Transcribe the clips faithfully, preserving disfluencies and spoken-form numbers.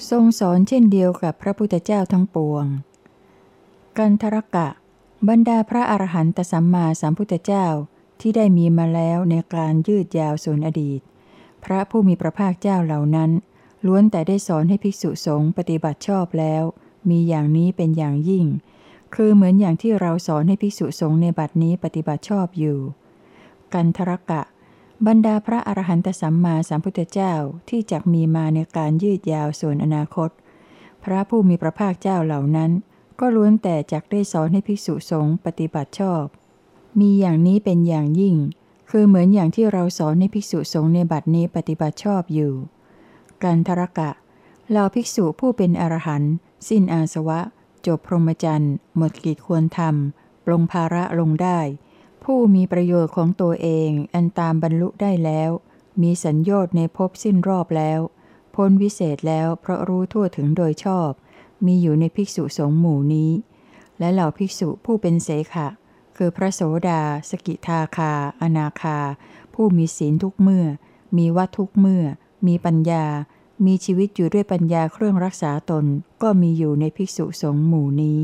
ทรงสอนเช่นเดียวกับพระพุทธเจ้าทั้งปวงกันทรกะบรรดาพระอรหันตสัมมาสัมพุทธเจ้าที่ได้มีมาแล้วในการยืดยาวส่วนอดีตพระผู้มีพระภาคเจ้าเหล่านั้นล้วนแต่ได้สอนให้ภิกษุสงฆ์ปฏิบัติชอบแล้วมีอย่างนี้เป็นอย่างยิ่งคือเหมือนอย่างที่เราสอนให้ภิกษุสงฆ์ในบัดนี้ปฏิบัติชอบอยู่กันทรกะบรรดาพระอรหันตสัมมาสัมพุทธเจ้าที่จักมีมาในการยืดยาวส่วนอนาคตพระผู้มีพระภาคเจ้าเหล่านั้นก็ล้วนแต่จักได้สอนให้ภิกษุสงฆ์ปฏิบัติชอบมีอย่างนี้เป็นอย่างยิ่งคือเหมือนอย่างที่เราสอนให้ภิกษุสงฆ์ในบัดนี้ปฏิบัติชอบอยู่กันทรกะเหล่าภิกษุผู้เป็นอรหันต์สิ้นอาสวะจบพรหมจรรย์หมดกิจควรทำปลงภาระลงได้ผู้มีประโยชน์ของตัวเองอันตามบรรลุได้แล้วมีสัญโยชน์ในภพสิ้นรอบแล้วพ้นวิเศษแล้วเพราะรู้ทั่วถึงโดยชอบมีอยู่ในภิกษุสงฆ์หมู่นี้และเหล่าภิกษุผู้เป็นเสขะคือพระโสดาสกิทาคาอนาคาผู้มีศีลทุกเมื่อมีวัดทุกเมื่อมีปัญญามีชีวิตอยู่ด้วยปัญญาเครื่องรักษาตนก็มีอยู่ในภิกษุสงฆ์หมู่นี้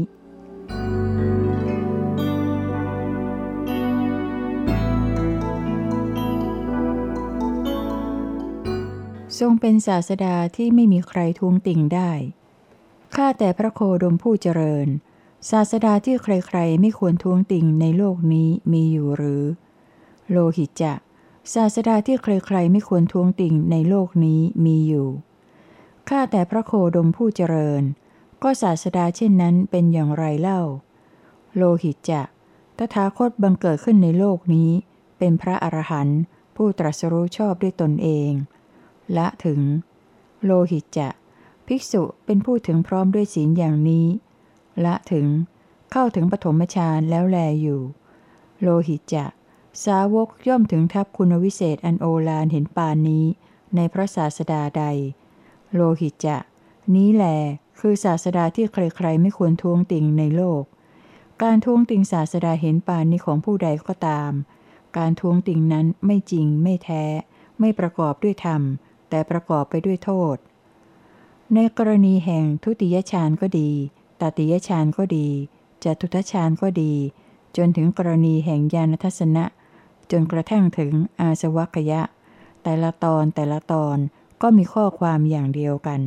ทรงเป็นศาสดาที่ไม่มีใครท้วงติ่งได้ข้าแต่พระโคดมผู้เจริญศาสดาที่ใครๆไม่ควรท้วงติ่งในโลกนี้มีอยู่หรือโลหิตจะศาสดาที่ใครๆไม่ควรท้วงติ่งในโลกนี้มีอยู่ข้าแต่พระโคดมผู้เจริญก็ศาสดาเช่นนั้นเป็นอย่างไรเล่าโลหิตจะตถาคตบังเกิดขึ้นในโลกนี้เป็นพระอรหันต์ผู้ตรัสรู้ชอบด้วยตนเองละถึงโลหิตจะภิกษุเป็นผู้ถึงพร้อมด้วยศีลอย่างนี้ละถึงเข้าถึงปฐมฌานแล้วแลอยู่โลหิตจะสาวกย่อมถึงทัพคุณวิเศษอันโอฬารเห็นปานนี้ในพระศาสดาใดโลหิตจะนี้แลคือศาสดาที่ใครๆไม่ควรท้วงติ่งในโลกการท้วงติ่งศาสดาเห็นปานนี้ของผู้ใดก็ตามการท้วงติ่งนั้นไม่จริงไม่แท้ไม่ประกอบด้วยธรรมแต่ประกอบไปด้วยโทษในกรณีแห่งทุติยฌานก็ดีตติยฌานก็ดีจตุตฌานก็ดีจนถึงกรณีแห่งญาณทัสสนะจนกระทั่งถึงอาสวัคยะแต่ละตอนแต่ละตอนก็มีข้อความอย่างเดียวกัน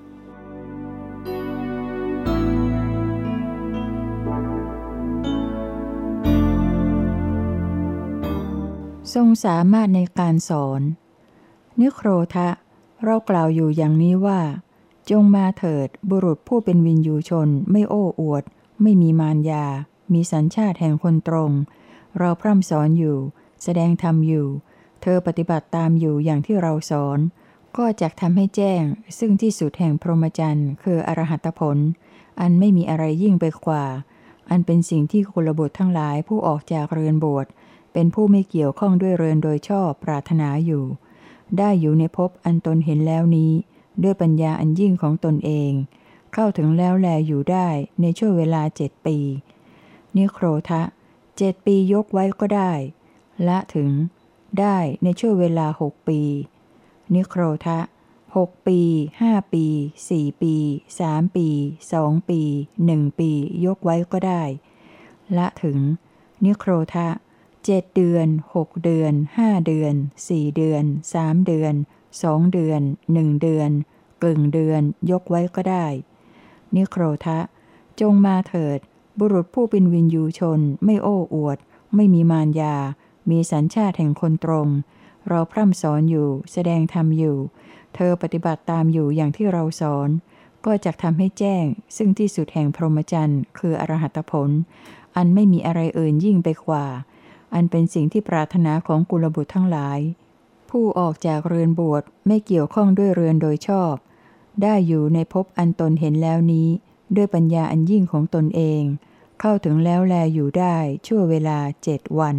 ทรงสามารถในการสอนนิโครธะเรากล่าวอยู่อย่างนี้ว่าจงมาเถิดบุรุษผู้เป็นวินยูชนไม่โอ้อวดไม่มีมารยามีสัญชาติแห่งคนตรงเราพร่ำสอนอยู่แสดงธรรมอยู่เธอปฏิบัติตามอยู่อย่างที่เราสอนก็จักทำให้แจ้งซึ่งที่สุดแห่งพรหมจรรย์คืออรหัตผลอันไม่มีอะไรยิ่งไปกว่าอันเป็นสิ่งที่กุลบุตรทั้งหลายผู้ออกจากเรือนโบสถ์เป็นผู้ไม่เกี่ยวข้องด้วยเรือนโดยชอบปรารถนาอยู่ได้อยู่ในภพอันตนเห็นแล้วนี้ด้วยปัญญาอันยิ่งของตนเองเข้าถึงแล้วแลอยู่ได้ในช่วงเวลาเจ็ดปีนิโครธะเจ็ดปียกไว้ก็ได้ละถึงได้ในช่วงเวลาหกปีนิโครธะหกปีห้าปีสี่ปีสามปีสองปีหนึ่งปียกไว้ก็ได้ละถึงนิโครธะเจ็ดเดือนหกเดือนห้าเดือนสี่เดือนสามเดือนสองเดือนหนึ่งเดือนกึ่งเดือนยกไว้ก็ได้นิโครธะจงมาเถิดบุรุษผู้เป็นวินยูชนไม่โอ้อวดไม่มีมารยามีสัญชาติแห่งคนตรงเราพร่ำสอนอยู่แสดงธรรมอยู่เธอปฏิบัติตามอยู่อย่างที่เราสอนก็จักทำให้แจ้งซึ่งที่สุดแห่งพรหมจรรย์คืออรหัตผลอันไม่มีอะไรอื่นยิ่งไปกว่าอันเป็นสิ่งที่ปรารถนาของกุลบุตรทั้งหลายผู้ออกจากเรือนบวชไม่เกี่ยวข้องด้วยเรือนโดยชอบได้อยู่ในภพอันตนเห็นแล้วนี้ด้วยปัญญาอันยิ่งของตนเองเข้าถึงแล้วแลอยู่ได้ชั่วเวลาเจ็ดวัน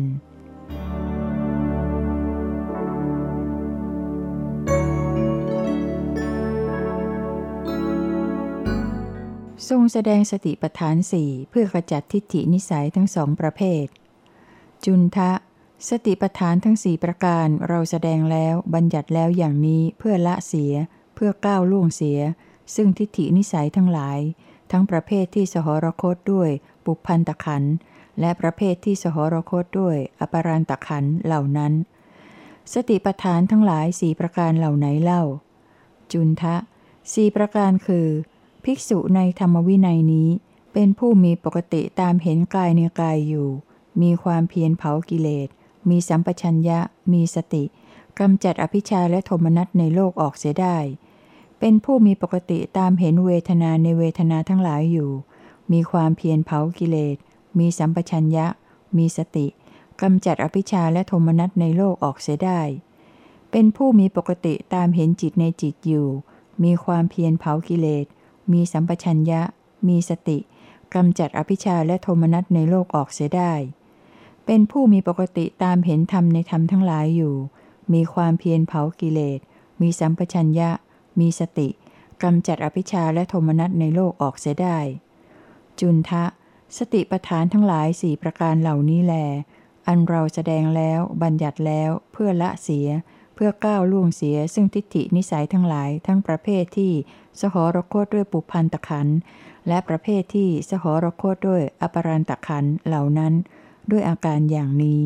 ทรงแสดงสติปัฏฐานสี่เพื่อขจัดทิฏฐินิสัยทั้งสองประเภทจุนทะสติปัฏฐานทั้งสี่ประการเราแสดงแล้วบัญญัติแล้วอย่างนี้เพื่อละเสียเพื่อก้าวล่วงเสียซึ่งทิฏฐินิสัยทั้งหลายทั้งประเภทที่สหรคตด้วยปุพพันตขันธ์และประเภทที่สหรคตด้วยอปรันตขันธ์เหล่านั้นสติปัฏฐานทั้งหลายสี่ประการเหล่าไหนเล่าจุนทะสี่ประการคือภิกษุในธรรมวินัยนี้เป็นผู้มีปกติตามเห็นกายในกายอยู่มีความเพียรเผากิเลสมีสัมปชัญญะมีสติกำจัดอภิชาและโทมนัสในโลกออกเสียได้เป็นผู้มีปกติตามเห็นเวทนาในเวทนาทั้งหลายอยู่มีความเพียรเผากิเลสมีสัมปชัญญะมีสติกำจัดอภิชาและโทมนัสในโลกออกเสียได้เป็นผู้มีปกติตามเห็นจิตในจิตอยู่มีความเพียรเผากิเลสมีสัมปชัญญะมีสติกำจัดอภิชาและโทมนัสในโลกออกเสียได้เป็นผู้มีปกติตามเห็นธรรมในธรรมทั้งหลายอยู่มีความเพียรเผากิเลสมีสัมปชัญญะมีสติกำจัดอภิชาและโทมนัสในโลกออกเสียได้จุนทะสติปัฏฐานทั้งหลายสี่ประการเหล่านี้แลอันเราแสดงแล้วบัญญัติแล้วเพื่อละเสียเพื่อก้าวล่วงเสียซึ่งทิฏฐินิสัยทั้งหลายทั้งประเภทที่สหรคตด้วยปุพพันตขันธ์และประเภทที่สหรคตด้วยอปรันตขันธ์เหล่านั้นด้วยอาการอย่างนี้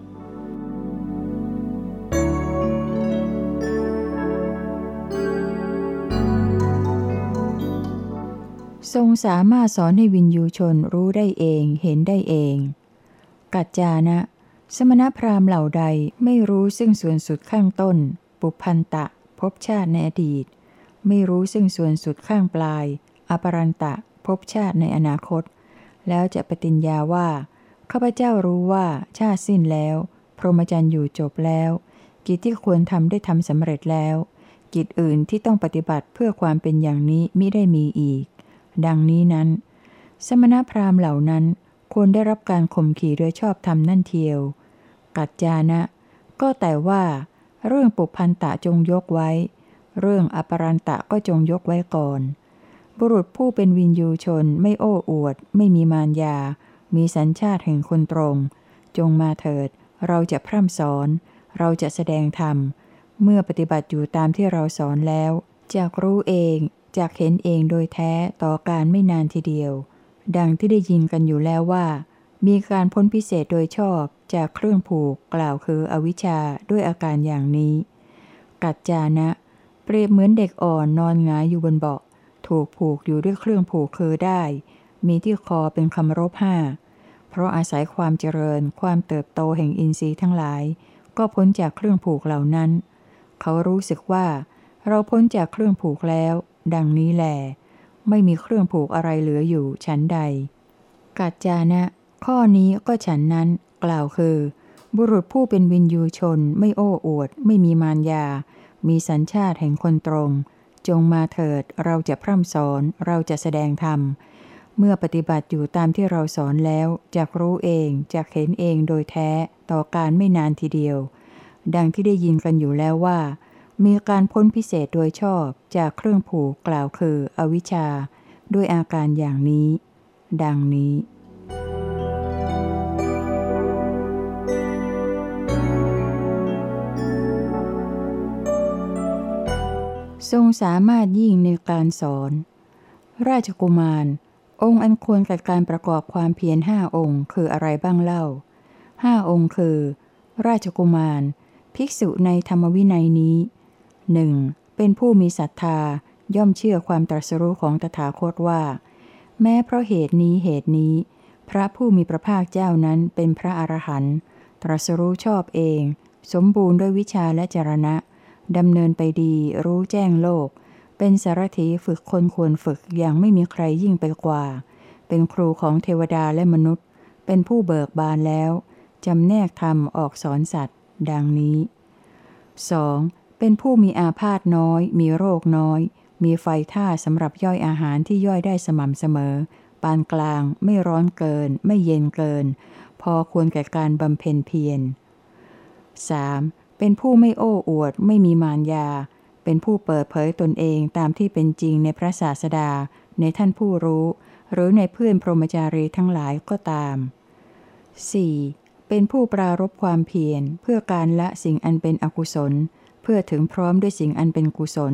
ทรงสามารถสอนให้วินยูชนรู้ได้เองเห็นได้เองกัจจานะสมณพราหมณ์เหล่าใดไม่รู้ซึ่งส่วนสุดข้างต้นปุพพันตะภพชาติในอดีตไม่รู้ซึ่งส่วนสุดข้างปลายอปรันตะภพชาติในอนาคตแล้วจะปฏิญญาว่าข้าพเจ้ารู้ว่าชาติสิ้นแล้วพรหมจรรย์อยู่จบแล้วกิจที่ควรทำได้ทำสำเร็จแล้วกิจอื่นที่ต้องปฏิบัติเพื่อความเป็นอย่างนี้มิได้มีอีกดังนี้นั้นสมณพราหมณ์เหล่านั้นควรได้รับการข่มขี่โดยชอบธรรมนั่นเทียวกัจจานะก็แต่ว่าเรื่องปุพพันตะจงยกไว้เรื่องอปรันตะก็จงยกไว้ก่อนบุรุษผู้เป็นวินยูชนไม่โอ้อวดไม่มีมารยามีสัญชาติแห่งคนตรงจงมาเถิดเราจะพร่ำสอนเราจะแสดงธรรมเมื่อปฏิบัติอยู่ตามที่เราสอนแล้วจากรู้เองจากเห็นเองโดยแท้ต่อการไม่นานทีเดียวดังที่ได้ยินกันอยู่แล้วว่ามีการพ้นพิเศษโดยชอบจากเครื่องผูกกล่าวคืออวิชชาด้วยอาการอย่างนี้กัจจานะเปรียบเหมือนเด็กอ่อนนอนหงายอยู่บนเบาะถูกผูกอยู่ด้วยเครื่องผูกคือได้มีที่คอเป็นคำรบห้าเพราะอาศัยความเจริญความเติบโตแห่งอินทรีย์ทั้งหลายก็พ้นจากเครื่องผูกเหล่านั้นเขารู้สึกว่าเราพ้นจากเครื่องผูกแล้วดังนี้แลไม่มีเครื่องผูกอะไรเหลืออยู่ฉันใดกัจจานะข้อนี้ก็ฉันนั้นกล่าวคือบุรุษผู้เป็นวินยูชนไม่โอ้อวดไม่มีมารยามีสัญชาติแห่งคนตรงจงมาเถิดเราจะพร่ำสอนเราจะแสดงธรรมเมื่อปฏิบัติอยู่ตามที่เราสอนแล้วจักรู้เองจักเห็นเองโดยแท้ต่อการไม่นานทีเดียวดังที่ได้ยินกันอยู่แล้วว่ามีการพ้นพิเศษโดยชอบจากเครื่องผูกกล่าวคืออวิชชาด้วยอาการอย่างนี้ดังนี้ทรงสามารถยิ่งในการสอนราชกุมารองค์อันควรแก่การประกอบความเพียรห้าองค์คืออะไรบ้างเล่าห้าองค์คือราชกุมารภิกษุในธรรมวินัยนี้หนึ่งเป็นผู้มีศรัทธาย่อมเชื่อความตรัสรู้ของตถาคตว่าแม้เพราะเหตุนี้เหตุนี้พระผู้มีพระภาคเจ้านั้นเป็นพระอรหันต์ตรัสรู้ชอบเองสมบูรณ์ด้วยวิชาและจรณะดำเนินไปดีรู้แจ้งโลกเป็นสารถีฝึกคนควรฝึกอย่างไม่มีใครยิ่งไปกว่าเป็นครูของเทวดาและมนุษย์เป็นผู้เบิกบานแล้วจำแนกธรรมออกสอนสัตว์ดังนี้ สอง. เป็นผู้มีอาพาธน้อยมีโรคน้อยมีไฟท่าสำหรับย่อยอาหารที่ย่อยได้สม่ำเสมอปานกลางไม่ร้อนเกินไม่เย็นเกินพอควรแก่การบำเพ็ญเพียร สาม. เป็นผู้ไม่โอ้อวดไม่มีมารยาเป็นผู้เปิดเผยตนเองตามที่เป็นจริงในพระศาสดาในท่านผู้รู้หรือในเพื่อนพรหมจารีทั้งหลายก็ตาม สี่. เป็นผู้ปรารภความเพียรเพื่อการละสิ่งอันเป็นอกุศลเพื่อถึงพร้อมด้วยสิ่งอันเป็นกุศล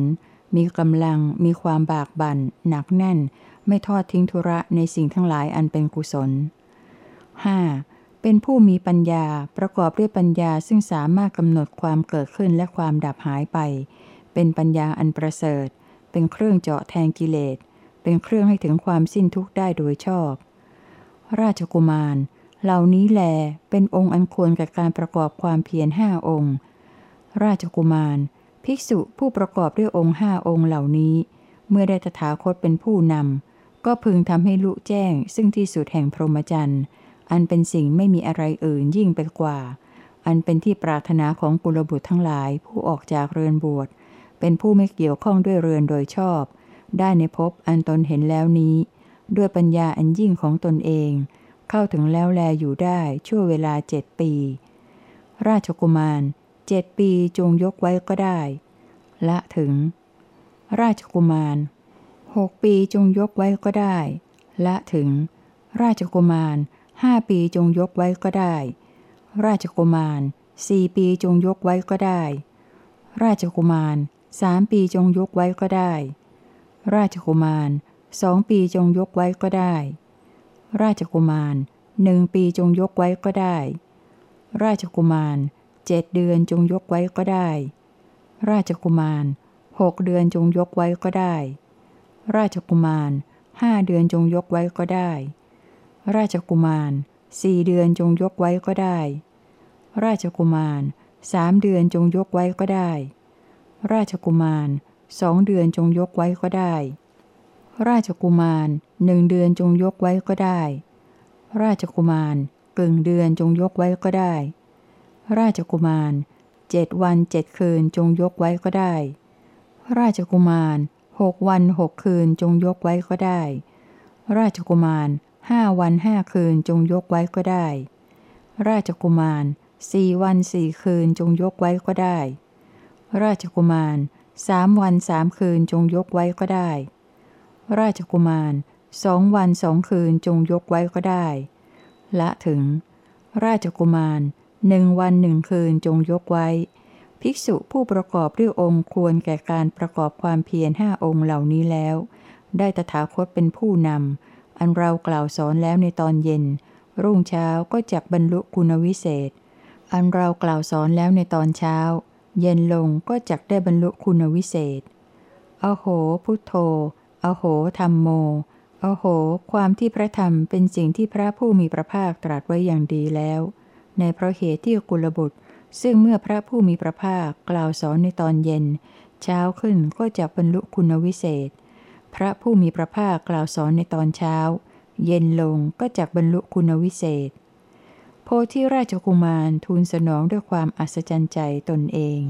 มีกำลังมีความบากบั่นหนักแน่นไม่ทอดทิ้งธุระในสิ่งทั้งหลายอันเป็นกุศล ห้า. เป็นผู้มีปัญญาประกอบด้วยปัญญาซึ่งสามารถกำหนดความเกิดขึ้นและความดับหายไปเป็นปัญญาอันประเสริฐเป็นเครื่องเจาะแทงกิเลสเป็นเครื่องให้ถึงความสิ้นทุกข์ได้โดยชอบราชกุมารเหล่านี้แลเป็นองค์อันควรแก่การประกอบความเพียรห้าองค์ราชกุมารภิกษุผู้ประกอบด้วยองค์ห้าองค์เหล่านี้เมื่อได้ตถาคตเป็นผู้นำก็พึงทำให้ลุแจ้งซึ่งที่สุดแห่งพรหมจรรย์อันเป็นสิ่งไม่มีอะไรอื่นยิ่งไปกว่าอันเป็นที่ปรารถนาของกุลบุตรทั้งหลายผู้ออกจากเรือนบวชเป็นผู้ไม่เกี่ยวข้องด้วยเรือนโดยชอบได้ในภพอันตนเห็นแล้วนี้ด้วยปัญญาอันยิ่งของตนเองเข้าถึงแล้วแลอยู่ได้ชั่วเวลาเจ็ดปีราชกุมารเจ็ดปีจงยกไว้ก็ได้ละถึงราชกุมารหกปีจงยกไว้ก็ได้ละถึงราชกุมารห้าปีจงยกไว้ก็ได้ราชกุมารสี่ปีจงยกไว้ก็ได้ราชกุมารสามปีจงยกไว้ก็ได้ราชกุมารสองปีจงยกไว้ก็ได้ราชกุมารหนึ่งปีจงยกไว้ก็ได้ราชกุมารเจ็ดเดือนจงยกไว้ก็ได้ราชกุมารหกเดือนจงยกไว้ก็ได้ราชกุมารห้าเดือนจงยกไว้ก็ได้ราชกุมารสี่เดือนจงยกไว้ก็ได้ราชกุมารสามเดือนจงยกไว้ก็ได้ราชกุมารสองเดือนจงยกไว้ก็ได้ราชกุมารหนึ่งเดือนจงยกไว้ก็ได้ราชกุมารกึ่งเดือนจงยกไว้ก็ได้ราชกุมารเจ็ดวันเจ็ดคืนจงยกไว้ก็ได้ราชกุมารหกวันหกคืนจงยกไว้ก็ได้ราชกุมารห้าวันห้าคืนจงยกไว้ก็ได้ราชกุมารสี่วันสี่คืนจงยกไว้ก็ได้ราชกุมารสามวันสามคืนจงยกไว้ก็ได้ราชกุมารสองวันสองคืนจงยกไว้ก็ได้ละถึงราชกุมารหนึ่งวันหนึ่งคืนจงยกไว้ภิกษุผู้ประกอบด้วยองค์ควรแก่การประกอบความเพียรห้าองค์เหล่านี้แล้วได้ตถาคตเป็นผู้นำอันเรากล่าวสอนแล้วในตอนเย็นรุ่งเช้าก็จักบรรลุคุณวิเศษอันเรากล่าวสอนแล้วในตอนเช้าเย็นลงก็จักได้บรรลุคุณวิเศษอโหพุทโธอโหธัมโมอโหความที่พระธรรมเป็นสิ่งที่พระผู้มีพระภาคตรัสไว้อย่างดีแล้วในเพราะเหตุที่กุลบุตรซึ่งเมื่อพระผู้มีพระภาคกล่าวสอนในตอนเย็นเช้าขึ้นก็จักบรรลุคุณวิเศษพระผู้มีพระภาคกล่าวสอนในตอนเช้าเย็นลงก็จักบรรลุคุณวิเศษโพธิราชกุมารทูลสนองด้วยความอัศจรรย์ใจตนเอง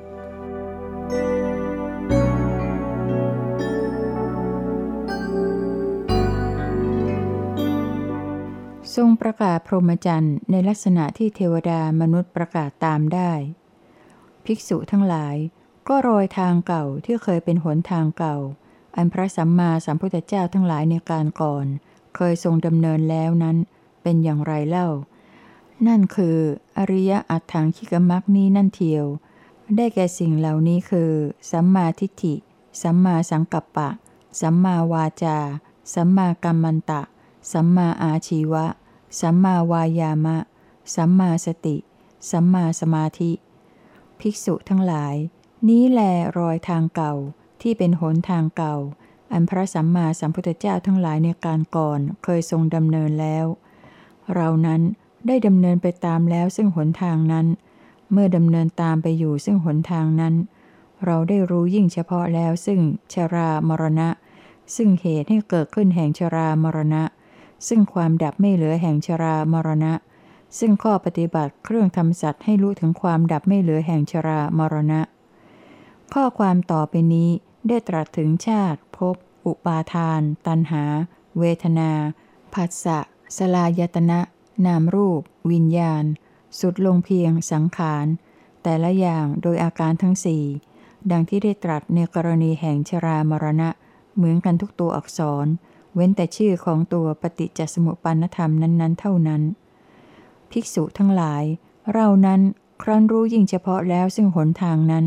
ทรงประกาศพรหมจรรย์ในลักษณะที่เทวดามนุษย์ประกาศตามได้ภิกษุทั้งหลายก็รอยทางเก่าที่เคยเป็นหนทางเก่าอันพระสัมมาสัมพุทธเจ้าทั้งหลายในการก่อนเคยทรงดำเนินแล้วนั้นเป็นอย่างไรเล่านั่นคืออริยอัตถังคิกมักนี้นั่นเทียวได้แก่สิ่งเหล่านี้คือสัมมาทิฏฐิสัมมาสังกัปปะสัมมาวาจาสัมมากัมมันตะสัมมาอาชีวะสัมมาวายามะสัมมาสติสัมมาสมาธิภิกษุทั้งหลายนี้แลรอยทางเก่าที่เป็นหนทางเก่าอันพระสัมมาสัมพุทธเจ้าทั้งหลายในการก่อนเคยทรงดำเนินแล้วเรานั้นได้ดำเนินไปตามแล้วซึ่งหนทางนั้นเมื่อดำเนินตามไปอยู่ซึ่งหนทางนั้นเราได้รู้ยิ่งเฉพาะแล้วซึ่งชรามรณะซึ่งเหตุให้เกิดขึ้นแห่งชรามรณะซึ่งความดับไม่เหลือแห่งชรามรณะซึ่งข้อปฏิบัติเครื่องทำสัตว์ให้รู้ถึงความดับไม่เหลือแห่งชรามรณะข้อความต่อไปนี้ได้ตรัสถึงชาติภพอุปาทานตัณหาเวทนาผัสสะสลายตนะนามรูปวิญญาณสุดลงเพียงสังขารแต่ละอย่างโดยอาการทั้งสี่ดังที่ได้ตรัสในกรณีแห่งชรามรณะเหมือนกันทุกตัวอักษรเว้นแต่ชื่อของตัวปฏิจจสมุปปานธรรมนั้นๆเท่านั้นภิกษุทั้งหลายเรานั้นครั้นรู้ยิ่งเฉพาะแล้วซึ่งหนทางนั้น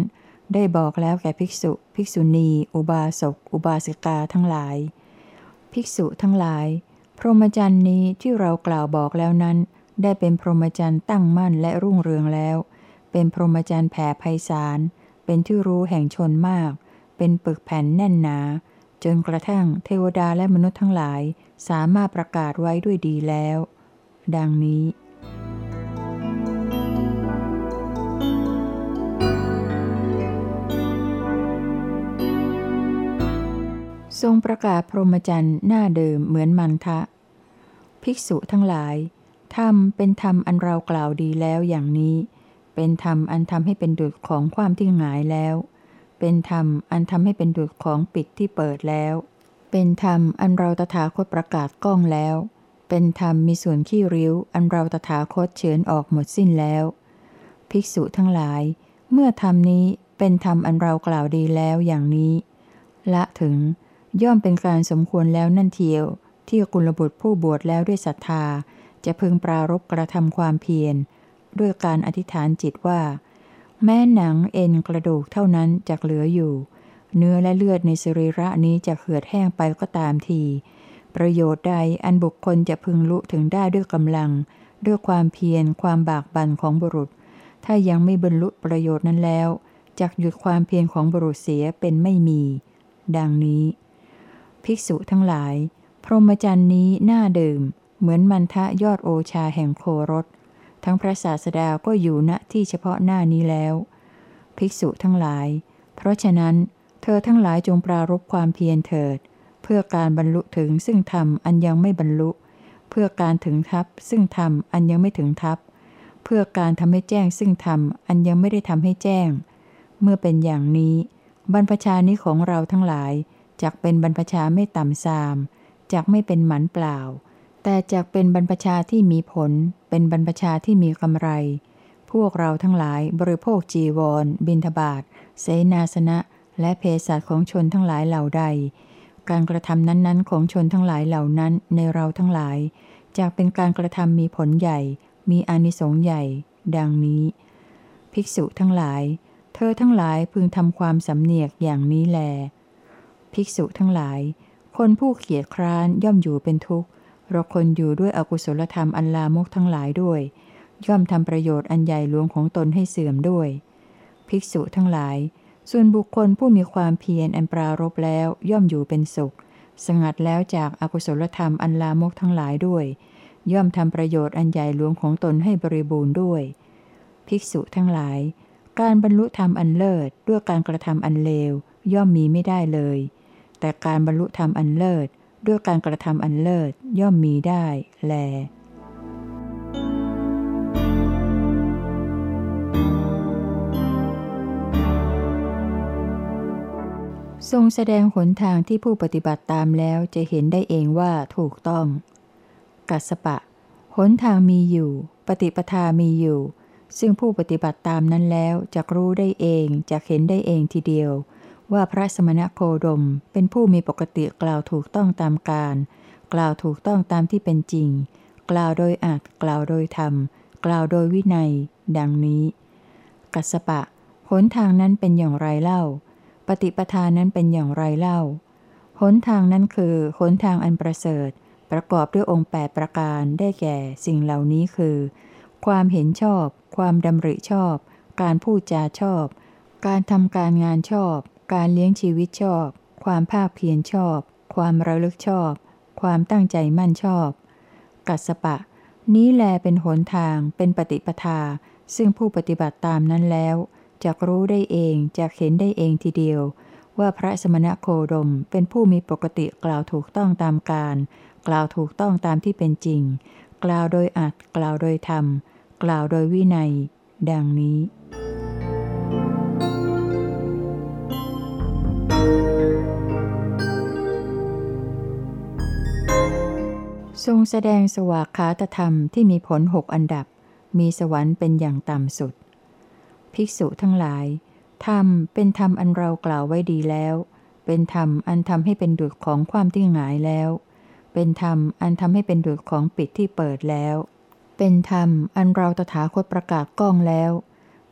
ได้บอกแล้วแก่ภิกษุภิกษุณี อุบาสกอุบาสิกาทั้งหลายภิกษุทั้งหลายพรหมจรรย์นี้ที่เรากล่าวบอกแล้วนั้นได้เป็นพรหมจรรย์ตั้งมั่นและรุ่งเรืองแล้วเป็นพรหมจรรย์แผ่ไพศาลเป็นที่รู้แห่งชนมากเป็นปึกแผ่นแน่นหนาจนกระทั่งเทวดาและมนุษย์ทั้งหลายสามารถประกาศไว้ด้วยดีแล้วดังนี้ทรงประกาศพรหมจรรย์หน้าเดิมเหมือนมันทะภิกษุทั้งหลายธรรมเป็นธรรมอันเรากล่าวดีแล้วอย่างนี้เป็นธรรมอันทำให้เป็นดุจของความที่หงายแล้วเป็นธรรมอันทำให้เป็นดุจของปิดที่เปิดแล้วเป็นธรรมอันเราตถาคตประกาศก้องแล้วเป็นธรรมมีส่วนขี้ริ้วอันเราตถาคตเฉือนออกหมดสิ้นแล้วภิกษุทั้งหลายเมื่อธรรมนี้เป็นธรรมอันเรากล่าวดีแล้วอย่างนี้ละถึงย่อมเป็นการสมควรแล้วนั่นเทียวที่กุลบุตรผู้บวชแล้วด้วยศรัทธาจะพึงปรารภกระทำความเพียรด้วยการอธิษฐานจิตว่าแม้หนังเอ็นกระดูกเท่านั้นจักเหลืออยู่เนื้อและเลือดในสรีระนี้จะเหือดแห้งไปก็ตามทีประโยชน์ใดอันบุคคลจะพึงลุถึงได้ด้วยกำลังด้วยความเพียรความบากบั่นของบุรุษถ้ายังไม่บรรลุประโยชน์นั้นแล้วจักหยุดความเพียรของบุรุษเสียเป็นไม่มีดังนี้ภิกษุทั้งหลายพรหมจรรย์นี้น่าดื่มเหมือนมันทะยอดโอชาแห่งโครสทั้งพระศาสดาก็อยู่ณที่เฉพาะหน้านี้แล้วภิกษุทั้งหลายเพราะฉะนั้นเธอทั้งหลายจงปรารภความเพียรเถิดเพื่อการบรรลุถึงซึ่งธรรมอันยังไม่บรรลุเพื่อการถึงทัพซึ่งธรรมอันยังไม่ถึงทัพเพื่อการทำให้แจ้งซึ่งธรรมอันยังไม่ได้ทำให้แจ้งเมื่อเป็นอย่างนี้บรรพชานี้ของเราทั้งหลายจักเป็นบรรพชาไม่ต่ำทรามจักไม่เป็นหมันเปล่าแต่จักเป็นบรรพชาที่มีผลเป็นบรรพชาที่มีกำไรพวกเราทั้งหลายบริโภคจีวรบิณฑบาตเสนาสนะและเภสัชของชนทั้งหลายเหล่าใดการกระทำนั้นๆของชนทั้งหลายเหล่านั้นในเราทั้งหลายจักเป็นการกระทำมีผลใหญ่มีอานิสงส์ใหญ่ดังนี้ภิกษุทั้งหลายเธอทั้งหลายพึงทำความสำเนียกอย่างนี้แลภิกษุทั้งหลายคนผู้เกียจคร้านย่อมอยู่เป็นทุกข์เราคนอยู่ด้วยอกุศลธรรมอันลามกทั้งหลายด้วยย่อมทำประโยชน์อันใหญ่หลวงของตนให้เสื่อมด้วยภิกษุทั้งหลายส่วนบุคคลผู้มีความเพียรอันปรารภแล้วย่อมอยู่เป็นสุขสงัดแล้วจากอกุศลธรรมอันลามกทั้งหลายด้วยย่อมทำประโยชน์อันใหญ่หลวงของตนให้บริบูรณ์ด้วยภิกษุทั้งหลายการบรรลุธรรมอันเลิศด้วยการกระทำอันเลวย่อมมีไม่ได้เลยแต่การบรรลุธรรมอันเลิศด้วยการกระทำอันเลิศย่อมมีได้แลทรงแสดงหนทางที่ผู้ปฏิบัติตามแล้วจะเห็นได้เองว่าถูกต้องกัสสปะหนทางมีอยู่ปฏิปทามีอยู่ซึ่งผู้ปฏิบัติตามนั้นแล้วจักรู้ได้เองจักเห็นได้เองทีเดียวว่าพระสมณโคดมเป็นผู้มีปกติกล่าวถูกต้องตามกาลกล่าวถูกต้องตามที่เป็นจริงกล่าวโดยอาจกล่าวโดยธรรมกล่าวโดยวินัยดังนี้กัสสปะหนทางนั้นเป็นอย่างไรเล่าปฏิปทานั้นเป็นอย่างไรเล่าหนทางนั้นคือหนทางอันประเสริฐประกอบด้วยองค์แปดประการได้แก่สิ่งเหล่านี้คือความเห็นชอบความดำริชอบการพูดจาชอบการทำการงานชอบการเลี้ยงชีวิตชอบความภาคเพียรชอบความระลึกชอบความตั้งใจมั่นชอบกัสสปะนี้แลเป็นหนทางเป็นปฏิปทาซึ่งผู้ปฏิบัติตามนั้นแล้วจักรู้ได้เองจักเห็นได้เองทีเดียวว่าพระสมณโคดมเป็นผู้มีปกติกล่าวถูกต้องตามกาลกล่าวถูกต้องตามที่เป็นจริงกล่าวโดยอัตถ์กล่าวโดยธรรมกล่าวโดยวินัยดังนี้ทรงแสดงสวากขาตธรรมที่มีผลหกอันดับมีสวรรค์เป็นอย่างต่ำสุดภิกษุทั้งหลายธรรมเป็นธรรมอันเรากล่าวไว้ดีแล้วเป็นธรรมอันทำให้เป็นดุจของความที่หงายแล้วเป็นธรรมอันทำให้เป็นดุจของปิดที่เปิดแล้วเป็นธรรมอันเราตถาคตประกาศก้องแล้ว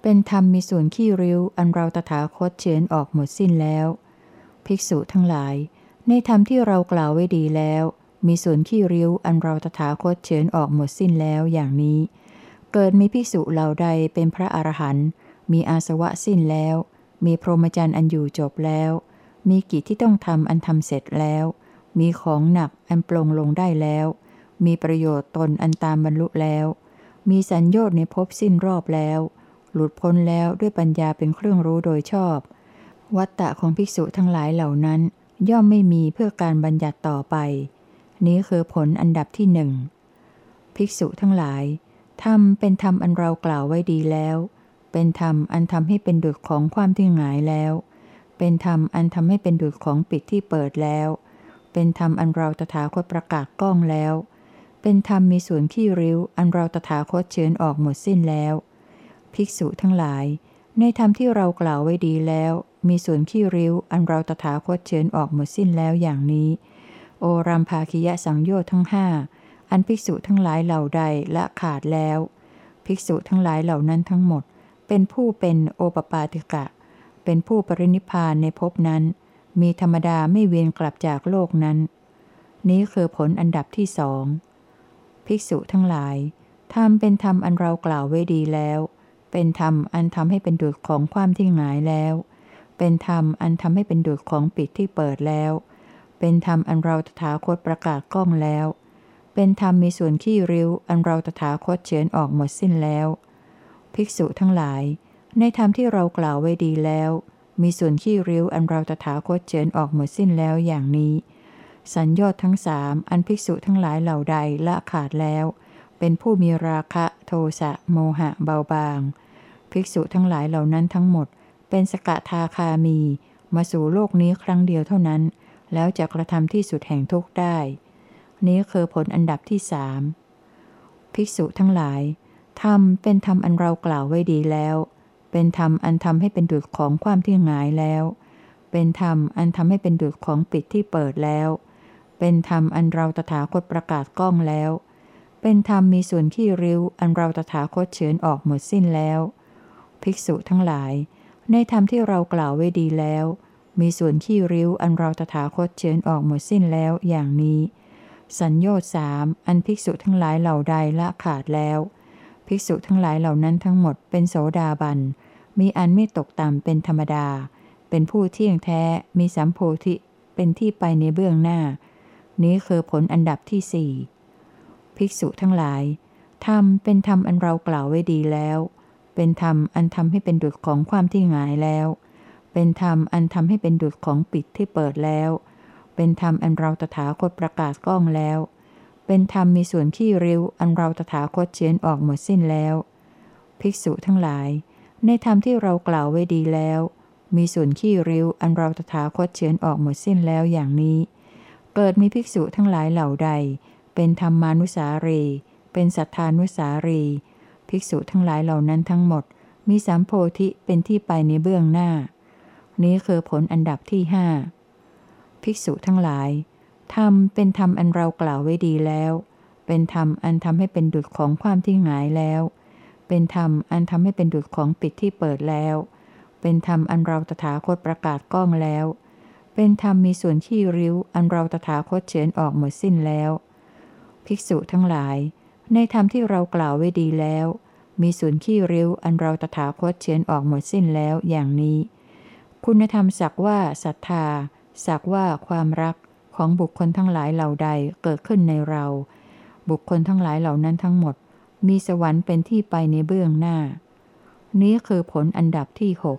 เป็นธรรมมีส่วนขี้ริ้วอันเราตถาคตเฉือนออกหมดสิ้นแล้ว ภิกษุทั้งหลายในธรรมที่เรากล่าวไว้ดีแล้วมีส่วนขี้ริ้วอันเราตถาคตเฉือนออกหมดสิ้นแล้วอย่างนี้เกิดมีภิกษุเหล่าใดเป็นพระอรหันต์มีอาสวะสิ้นแล้วมีพรหมจรรย์อันอยู่จบแล้วมีกิจที่ต้องทำอันทำเสร็จแล้วมีของหนักอันปลงลงได้แล้วมีประโยชน์ตนอันตามบรรลุแล้วมีสัญโยชน์ในภพสิ้นรอบแล้วหลุดพ้นแล้วด้วยปัญญาเป็นเครื่องรู้โดยชอบวัตตะของภิกษุทั้งหลายเหล่านั้นย่อมไม่มีเพื่อการบัญญัติต่อไปนี้คือผลอันดับที่หนึ่งภิกษุทั้งหลายธรรมเป็นธรรมอันเรากล่าวไว้ดีแล้วเป็นธรรมอันทำให้เป็นดุจของความที่หงายแล้วเป็นธรรมอันทำให้เป็นดุจของปิดที่เปิดแล้วเป็นธรรมอันเราตถาคตประกาศก้องแล้วเป็นธรรมมีส่วนขี้ริ้วอันเราตถาคตเฉือนออกหมดสิ้นแล้วภิกษุทั้งหลายในธรรมที่เรากล่าวไว้ดีแล้วมีส่วนขี้ริ้วอันเราตถาคตเฉือนออกหมดสิ้นแล้วอย่างนี้โอรัมภาคิยสังโยชน์ทั้งห้าอันภิกษุทั้งหลายเหล่าใดละขาดแล้วภิกษุทั้งหลายเหล่านั้นทั้งหมดเป็นผู้เป็นโอปปาติกะเป็นผู้ปรินิพพานในภพนั้นมีธรรมดาไม่เวียนกลับจากโลกนั้นนี้คือผลอันดับที่สองภิกษุทั้งหลายธรรมเป็นธรรมอันเรากล่าวไว้ดีแล้วเป็นธรรมอันทำให้เป็นดุจของความที่หงายแล้วเป็นธรรมอันทำให้เป็นดุจของปิดที่เปิดแล้วเป็นธรรมอันเราตถาคตประกาศก้องแล้วเป็นธรรมมีส่วนขี้ริ้วอันเราตถาคตเฉือนออกหมดสิ้นแล้วภิกษุทั้งหลายในธรรมที่เรากล่าวไว้ดีแล้วมีส่วนขี้ริ้วอันเราตถาคตเฉือนออกหมดสิ้นแล้วอย่างนี้สัญโยชน์ทั้งสามอันภิกษุทั้งหลายเหล่าใดละขาดแล้วเป็นผู้มีราคะโทสะโมหะเบาบางภิกษุทั้งหลายเหล่านั้นทั้งหมดเป็นสกทาคามีมาสู่โลกนี้ครั้งเดียวเท่านั้นแล้วจะกระทำที่สุดแห่งทุกข์ได้นี้คือผลอันดับที่สามภิกษุทั้งหลายธรรมเป็นธรรมอันเรากล่าวไว้ดีแล้วเป็นธรรมอันทำให้เป็นดุจของความที่หงายแล้วเป็นธรรมอันทำให้เป็นดุจของปิดที่เปิดแล้วเป็นธรรมอันเราตถาคตประกาศก้องแล้วเป็นธรรมมีส่วนขี้ริ้วอันเราตถาคตเฉือนออกหมดสิ้นแล้วภิกษุทั้งหลายในธรรมที่เรากล่าวไว้ดีแล้วมีส่วนขี้ริ้วอันเราตถาคตเฉือนออกหมดสิ้นแล้วอย่างนี้สัญโยชน์สามอันภิกษุทั้งหลายเหล่าใดละขาดแล้วภิกษุทั้งหลายเหล่านั้นทั้งหมดเป็นโสดาบันมีอันไม่ตกต่ำเป็นธรรมดาเป็นผู้เที่ยงแท้มีสัมโพธิเป็นที่ไปในเบื้องหน้านี้คือผลอันดับที่สี่ภิกษุทั้งหลายธรรมเป็นธรรมอันเรากล่าวไว้ดีแล้วเป็นธรรมอันทำให้เป็นดุจของความที่หงายแล้วเป็นธรรมอันทำให้เป็นดุจของปิดที่เปิดแล้วเป็นธรรมอันเราตถาคตประกาศก้องแล้วเป็นธรรมมีส่วนขี้ริ้วอันเราตถาคตเฉือนออกหมดสิ้นแล้วภิกษุทั้งหลายในธรรมที่เรากล่าวไว้ดีแล้วมีส่วนขี้ริ้วอันเราตถาคตเฉือนออกหมดสิ้นแล้วอย่างนี้เกิดมีภิกษุทั้งหลายเหล่าใดเป็นธรรมานุสารีเป็นสัทธานุสารีภิกษุทั้งหลายเหล่านั้นทั้งหมดมีสัมโพธิเป็นที่ไปในเบื้องหน้านี้คือผลอันดับที่ห้าภิกษุทั้งหลายธรรมเป็นธรรมอันเรากล่าวไว้ดีแล้วเป็นธรรมอันทำให้เป็นดุจของความที่หงายแล้วเป็นธรรมอันทำให้เป็นดุจของปิดที่เปิดแล้วเป็นธรรมอันเราตถาคตประกาศก้องแล้วเป็นธรรมมีส่วนขี้ริ้วอันเราตถาคตเฉือนออกหมดสิ้นแล้วภิกษุทั้งหลายในธรรมที่เรากล่าวไว้ดีแล้วมีส่วนขี้ริ้วอันเราตถาคตเฉือนออกหมดสิ้นแล้วอย่างนี้คุณธรรมสักว่าศรัทธาสักว่าความรักของบุคคลทั้งหลายเหล่าใดเกิดขึ้นในเราบุคคลทั้งหลายเหล่านั้นทั้งหมดมีสวรรค์เป็นที่ไปในเบื้องหน้านี้คือผลอันดับที่หก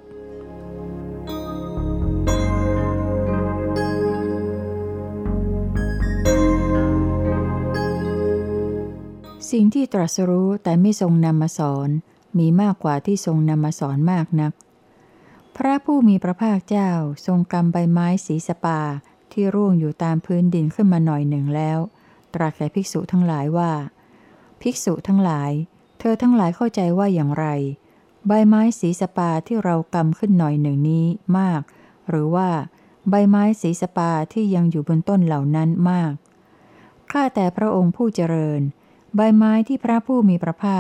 สิ่งที่ตรัสรู้แต่ไม่ทรงนำมาสอนมีมากกว่าที่ทรงนำมาสอนมากนักพระผู้มีพระภาคเจ้าทรงกำใบไม้สีสปาที่ร่วงอยู่ตามพื้นดินขึ้นมาหน่อยหนึ่งแล้วตรัสแก่ภิกษุทั้งหลายว่าภิกษุทั้งหลายเธอทั้งหลายเข้าใจว่าอย่างไรใบไม้สีสปาที่เรากำขึ้นหน่อยหนึ่งนี้มากหรือว่าใบไม้สีสปาที่ยังอยู่บนต้นเหล่านั้นมากข้าแต่พระองค์ผู้เจริญใบไม้ที่พระผู้มีพระภาค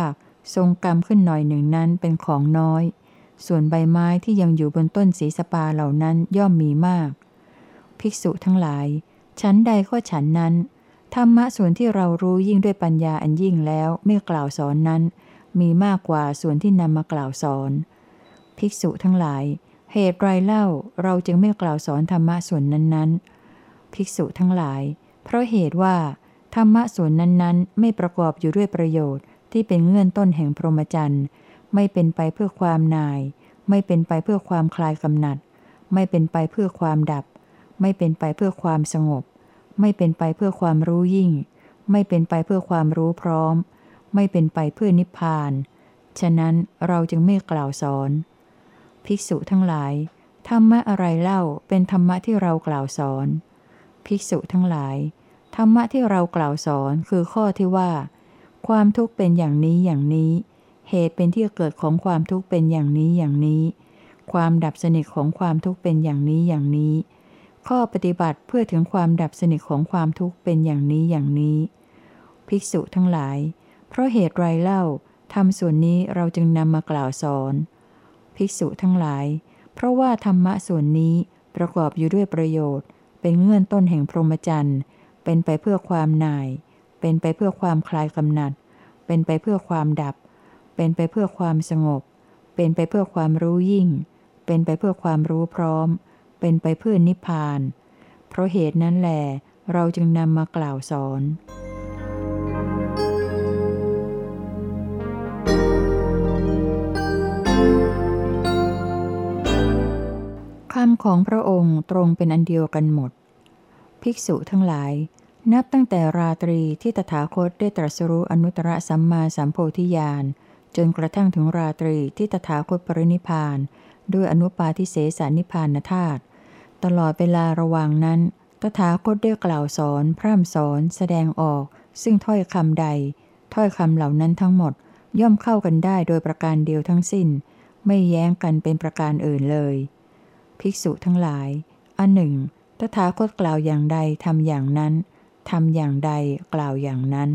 ทรงกำขึ้นหน่อยหนึ่งนั้นเป็นของน้อยส่วนใบไม้ที่ยังอยู่บนต้นสีสปาเหล่านั้นย่อมมีมากภิกษุทั้งหลายฉันใดก็ฉันนั้นธรรมะส่วนที่เรารู้ยิ่งด้วยปัญญาอันยิ่งแล้วไม่กล่าวสอนนั้นมีมากกว่าส่วนที่นำมากล่าวสอนภิกษุทั้งหลายเหตุไรเล่าเราจึงไม่กล่าวสอนธรรมะส่วนนั้นๆภิกษุทั้งหลายเพราะเหตุว่าธรรมะส่วนนั้นๆไม่ประกอบอยู่ด้วยประโยชน์ที่เป็นเงื่อนต้นแห่งพรหมจรรย์ไม่เป็นไปเพื่อความน่ายไม่เป็นไปเพื่อความคลายกำหนัดไม่เป็นไปเพื่อความดับไม่เป็นไปเพื่อความสงบไม่เป็นไปเพื่อความรู้ยิ่งไม่เป็นไปเพื่อความรู้พร้อมไม่เป็นไปเพื่อนิพพานฉะนั้นเราจึงไม่กล่าวสอนภิกษุทั้งหลายธรรมะอะไรเล่าเป็นธรรมะที่เรากล่าวสอนภิกษุทั้งหลายธรรมะที่เรากล่าวสอนคือข้อที่ว่าความทุกข์เป็นอย่างนี้อย่างนี้เหตุเป็นที่เกิดของความทุกข์เป็นอย่างนี้อย่างนี้ความดับสนิทของความทุกข์เป็นอย่างนี้อย่างนี้ข้อปฏิบัติเพื่อถึงความดับสนิทของความทุกข์เป็นอย่างนี้อย่างนี้ภิกษุทั้งหลายเพราะเหตุไรเล่าธรรมส่วนนี้เราจึงนำมากล่าวสอนภิกษุทั้งหลายเพราะว่าธรรมะส่วนนี้ประกอบอยู่ด้วยประโยชน์เป็นเงื่อนต้นแห่งพรหมจรรย์เป็นไปเพื่อความน่ายเป็นไปเพื่อความคลายกำหนัดเป็นไปเพื่อความดับเป็นไปเพื่อความสงบเป็นไปเพื่อความรู้ยิ่งเป็นไปเพื่อความรู้พร้อมเป็นไปเพื่อนิพพานเพราะเหตุนั้นแหลเราจึงนำมากล่าวสอนคำของพระองค์ตรงเป็นอันเดียวกันหมดภิกษุทั้งหลายนับตั้งแต่ราตรีที่ตถาคตได้ตรัสรู้อนุตตรสัมมาสัมโพธิญาณจนกระทั่งถึงราตรีที่ตถาคตปรินิพพานด้วยอนุปาทิเสสนิพพานธาตุตลอดเวลาระหว่างนั้นตถาคตได้กล่าวสอนพร่ำสอนแสดงออกซึ่งถ้อยคำใดถ้อยคำเหล่านั้นทั้งหมดย่อมเข้ากันได้โดยประการเดียวทั้งสิ้นไม่แย้งกันเป็นประการอื่นเลยภิกษุทั้งหลายอันหนึ่งตถาคตกล่าวอย่างใดทำอย่างนั้นทำอย่างใดกล่าวอย่างนั้น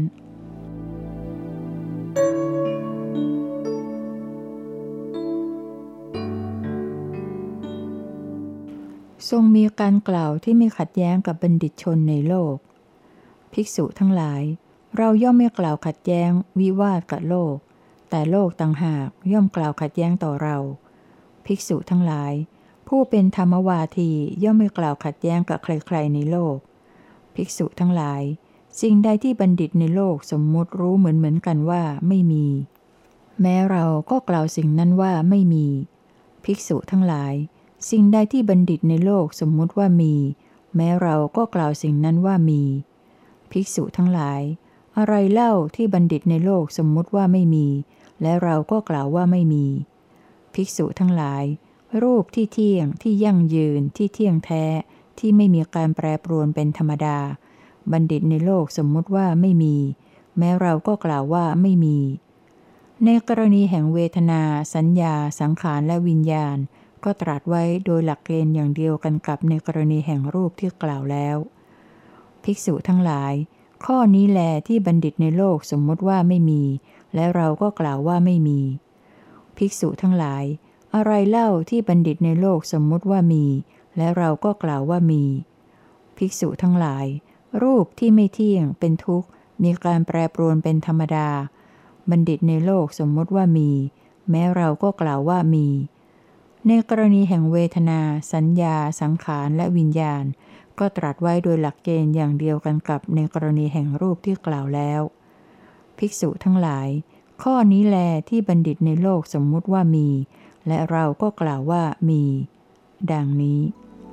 ทรงมีการกล่าวที่ไม่ขัดแย้งกับบัณฑิตชนในโลกภิกษุทั้งหลายเราย่อมไม่กล่าวขัดแย้งวิวาทกับโลกแต่โลกต่างหากย่อมกล่าวขัดแย้งต่อเราภิกษุทั้งหลายผู้เป็นธรรมวาทีย่อมไม่กล่าวขัดแย้งกับใครๆในโลกภิกษุทั้งหลายสิ่งใดที่บัณฑิตในโลกสมมุติรู้เหมือนเหมือนกันว่าไม่มีแม้เราก็กล่าวสิ่งนั้นว่าไม่มีภิกษุทั้งหลายสิ่งใดที่บัณฑิตในโลกสมมุติว่ามีแม้เราก็กล่าวสิ่งนั้นว่ามีภิกษุทั้งหลายอะไรเล่าที่บัณฑิตในโลกสมมุติว่าไม่มีและเราก็กล่าวว่าไม่มีภิกษุทั้งหลายรูปที่เที่ยงที่ยั่งยืนที่เที่ยงแท้ที่ไม่มีการแปรปรวนเป็นธรรมดาบัณฑิตในโลกสมมุติว่าไม่มีแม้เราก็กล่าวว่าไม่มีในกรณีแห่งเวทนาสัญญาสังขารและวิญญาณก็ตรัสไว้โดยหลักเกณฑ์อย่างเดียวกันกับในกรณีแห่งรูปที่กล่าวแล้วภิกษุทั้งหลายข้อนี้แลที่บัณฑิตในโลกสมมุติว่าไม่มีและเราก็กล่าวว่าไม่มีภิกษุทั้งหลายอะไรเล่าที่บัณฑิตในโลกสมมุติว่ามีและเราก็กล่าวว่ามีภิกษุทั้งหลายรูปที่ไม่เที่ยงเป็นทุกข์มีการแปรปรวนเป็นธรรมดาบัณฑิตในโลกสมมุติว่ามีแม้เราก็กล่าวว่ามีในกรณีแห่งเวทนาสัญญาสังขารและวิญญาณก็ตรัสไว้โดยหลักเกณฑ์อย่างเดียวกันกับในกรณีแห่งรูปที่กล่าวแล้วภิกษุทั้งหลายข้อนี้แลที่บัณฑิตในโลกสมมุติว่ามีและเราก็กล่าวว่ามีดังนี้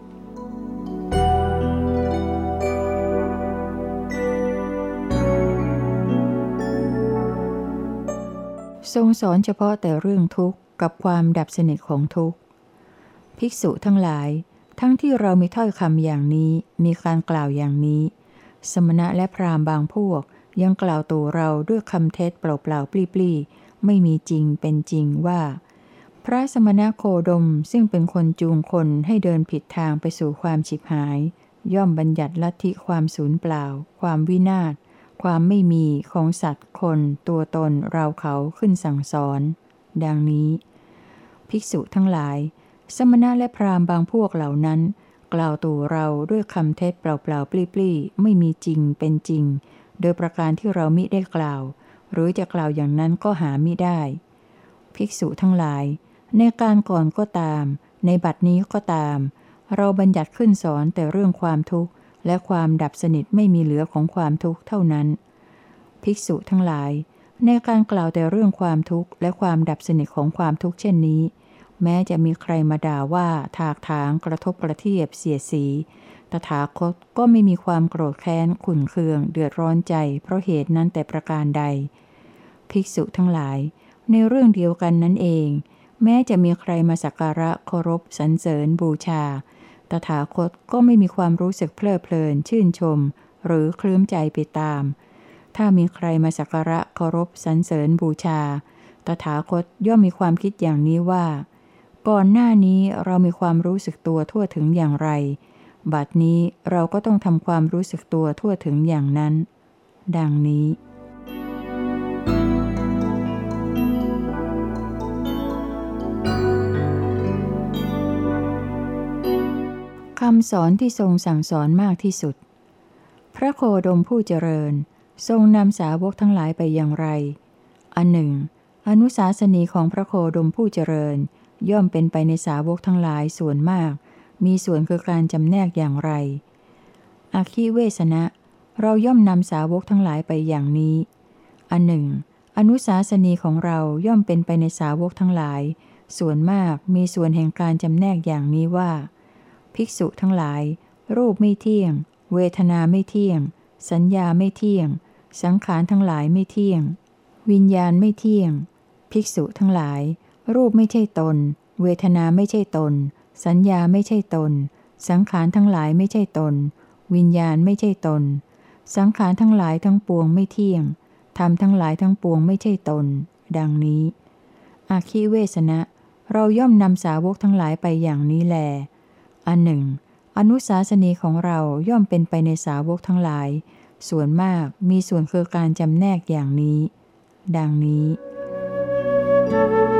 ทรงสอนเฉพาะแต่เรื่องทุกข์กับความดับสนิทของทุกข์ภิกษุทั้งหลายทั้งที่เรามีถ้อยคำอย่างนี้มีการกล่าวอย่างนี้สมณะและพราหมณ์บางพวกยังกล่าวตัวเราด้วยคำเท็จเปล่าๆปลี้ๆไม่มีจริงเป็นจริงว่าพระสมณโคดมซึ่งเป็นคนจูงคนให้เดินผิดทางไปสู่ความฉิบหายย่อมบัญญัติลัทธิความสูญเปล่าความวินาศความไม่มีของสัตว์คนตัวตนเราเขาขึ้นสั่งสอน ดังนี้ภิกษุทั้งหลายสมณะและพราหมณ์บางพวกเหล่านั้นกล่าวตู่เราด้วยคำเท็จเปล่าๆปลี้ๆไม่มีจริงเป็นจริงโดยประการที่เรามิได้กล่าวหรือจะกล่าวอย่างนั้นก็หามิได้ภิกษุทั้งหลายในการก่อนก็ตามในบัดนี้ก็ตามเราบัญญัติขึ้นสอนแต่เรื่องความทุกข์และความดับสนิทไม่มีเหลือของความทุกข์เท่านั้นภิกษุทั้งหลายในการกล่าวแต่เรื่องความทุกข์และความดับสนิทของความทุกข์เช่นนี้แม้จะมีใครมาด่าว่าถากถางกระทบกระเทียบเสียดสีตถาคตก็ไม่มีความโกรธแค้นขุ่นเคืองเดือดร้อนใจเพราะเหตุนั้นแต่ประการใดภิกษุทั้งหลายในเรื่องเดียวกันนั้นเองแม้จะมีใครมาสักการะเคารพสรรเสริญบูชาตถาคตก็ไม่มีความรู้สึกเพลิดเพลินชื่นชมหรือคลื้มใจไปตามถ้ามีใครมาสักการะเคารพสรรเสริญบูชาตถาคตย่อมมีความคิดอย่างนี้ว่าก่อนหน้านี้เรามีความรู้สึกตัวทั่วถึงอย่างไรบัดนี้เราก็ต้องทำความรู้สึกตัวทั่วถึงอย่างนั้นดังนี้คำสอนที่ทรงสั่งสอนมากที่สุดพระโคดมผู้เจริญทรงนำสาวกทั้งหลายไปอย่างไรอันหนึ่งอนุสาสนีของพระโคดมผู้เจริญย่อมเป็นไปในสาวกทั้งหลายส่วนมากมีส่วนคือการจำแนกอย่างไรอาคิเวสนะเราย่อมนำสาวกทั้งหลายไปอย่างนี้อันหนึ่งอนุสาสนีของเราย่อมเป็นไปในสาวกทั้งหลายส่วนมากมีส่วนแห่งการจำแนกอย่างนี้ว่าภิกษุทั้งหลายรูปไม่เที่ยงเวทนาไม่เที่ยงสัญญาไม่เที่ยงสังขารทั้งหลายไม่เที่ยงวิญญาณไม่เที่ยงภิกษุทั้งหลายรูปไม่ใช่ตนเวทนาไม่ใช่ตนสัญญาไม่ใช่ตนสังขารทั้งหลายไม่ใช่ตนวิญญาณไม่ใช่ตนสังขารทั้งหลายทั้งปวงไม่เที่ยงธรรมทั้งหลายทั้งปวงไม่ใช่ตนดังนี้อาคิเวสนะเราย่อมนำสาวกทั้งหลายไปอย่างนี้แลอันหนึ่งอนุสาสนีของเราย่อมเป็นไปในสาวกทั้งหลายส่วนมากมีส่วนคือการจำแนกอย่างนี้ดังนี้